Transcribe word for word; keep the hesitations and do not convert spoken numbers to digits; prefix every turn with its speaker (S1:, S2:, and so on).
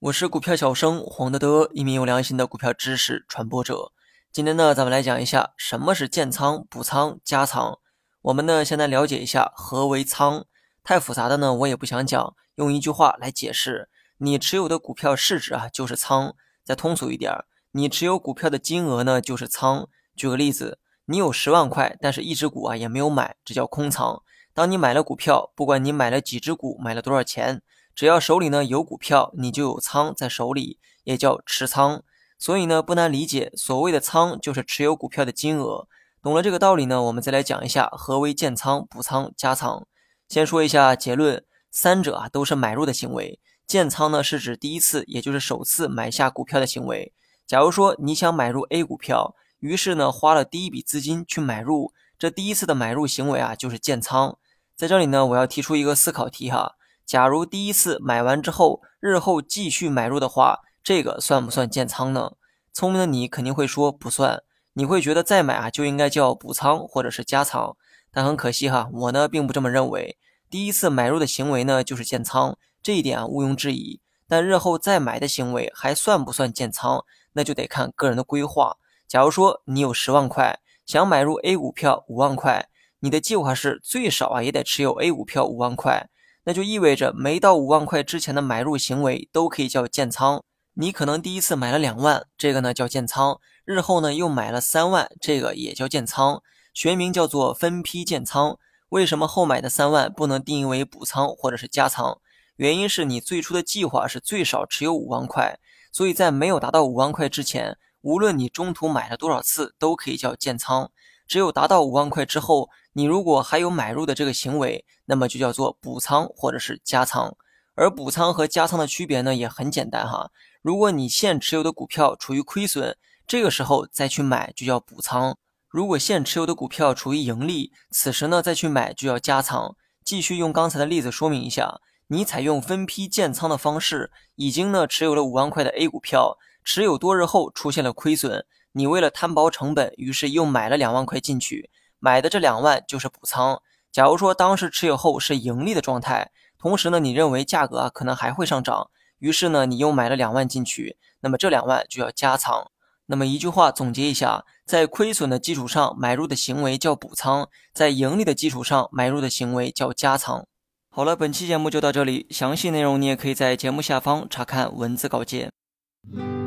S1: 我是股票小生黄德德，一名有良心的股票知识传播者。今天呢，咱们来讲一下什么是建仓、补仓、加仓。我们呢，先来了解一下何为仓。太复杂的呢，我也不想讲，用一句话来解释：你持有的股票市值啊，就是仓。再通俗一点，你持有股票的金额呢，就是仓。举个例子，你有十万块，但是一只股啊也没有买，这叫空仓。当你买了股票，不管你买了几只股，买了多少钱，只要手里呢有股票，你就有仓在手里，也叫持仓。所以呢不难理解，所谓的仓就是持有股票的金额。懂了这个道理呢，我们再来讲一下何为建仓、补仓、加仓。先说一下结论，三者啊都是买入的行为。建仓呢是指第一次，也就是首次买下股票的行为。假如说你想买入 A 股票，于是呢花了第一笔资金去买入，这第一次的买入行为啊就是建仓。在这里呢我要提出一个思考题哈。假如第一次买完之后，日后继续买入的话，这个算不算建仓呢？聪明的你肯定会说不算，你会觉得再买啊就应该叫补仓或者是加仓。但很可惜哈，我呢并不这么认为。第一次买入的行为呢就是建仓，这一点啊毋庸置疑。但日后再买的行为还算不算建仓，那就得看个人的规划。假如说你有十万块，想买入 A 股票五万块，你的计划是最少啊也得持有 A 股票五万块。那就意味着没到五万块之前的买入行为都可以叫建仓。你可能第一次买了两万，这个呢叫建仓，日后呢又买了三万，这个也叫建仓，学名叫做分批建仓。为什么后买的三万不能定义为补仓或者是加仓？原因是你最初的计划是最少持有五万块，所以在没有达到五万块之前，无论你中途买了多少次都可以叫建仓。只有达到五万块之后，你如果还有买入的这个行为，那么就叫做补仓或者是加仓。而补仓和加仓的区别呢也很简单哈。如果你现持有的股票处于亏损，这个时候再去买就叫补仓。如果现持有的股票处于盈利，此时呢再去买就要加仓。继续用刚才的例子说明一下，你采用分批建仓的方式，已经呢持有了五万块的 A 股票，持有多日后出现了亏损，你为了摊薄成本，于是又买了两万块进去，买的这两万就是补仓。假如说当时持有后是盈利的状态，同时呢你认为价格啊可能还会上涨，于是呢你又买了两万进去，那么这两万就要加仓。那么一句话总结一下，在亏损的基础上买入的行为叫补仓，在盈利的基础上买入的行为叫加仓。好了，本期节目就到这里，详细内容你也可以在节目下方查看文字稿件。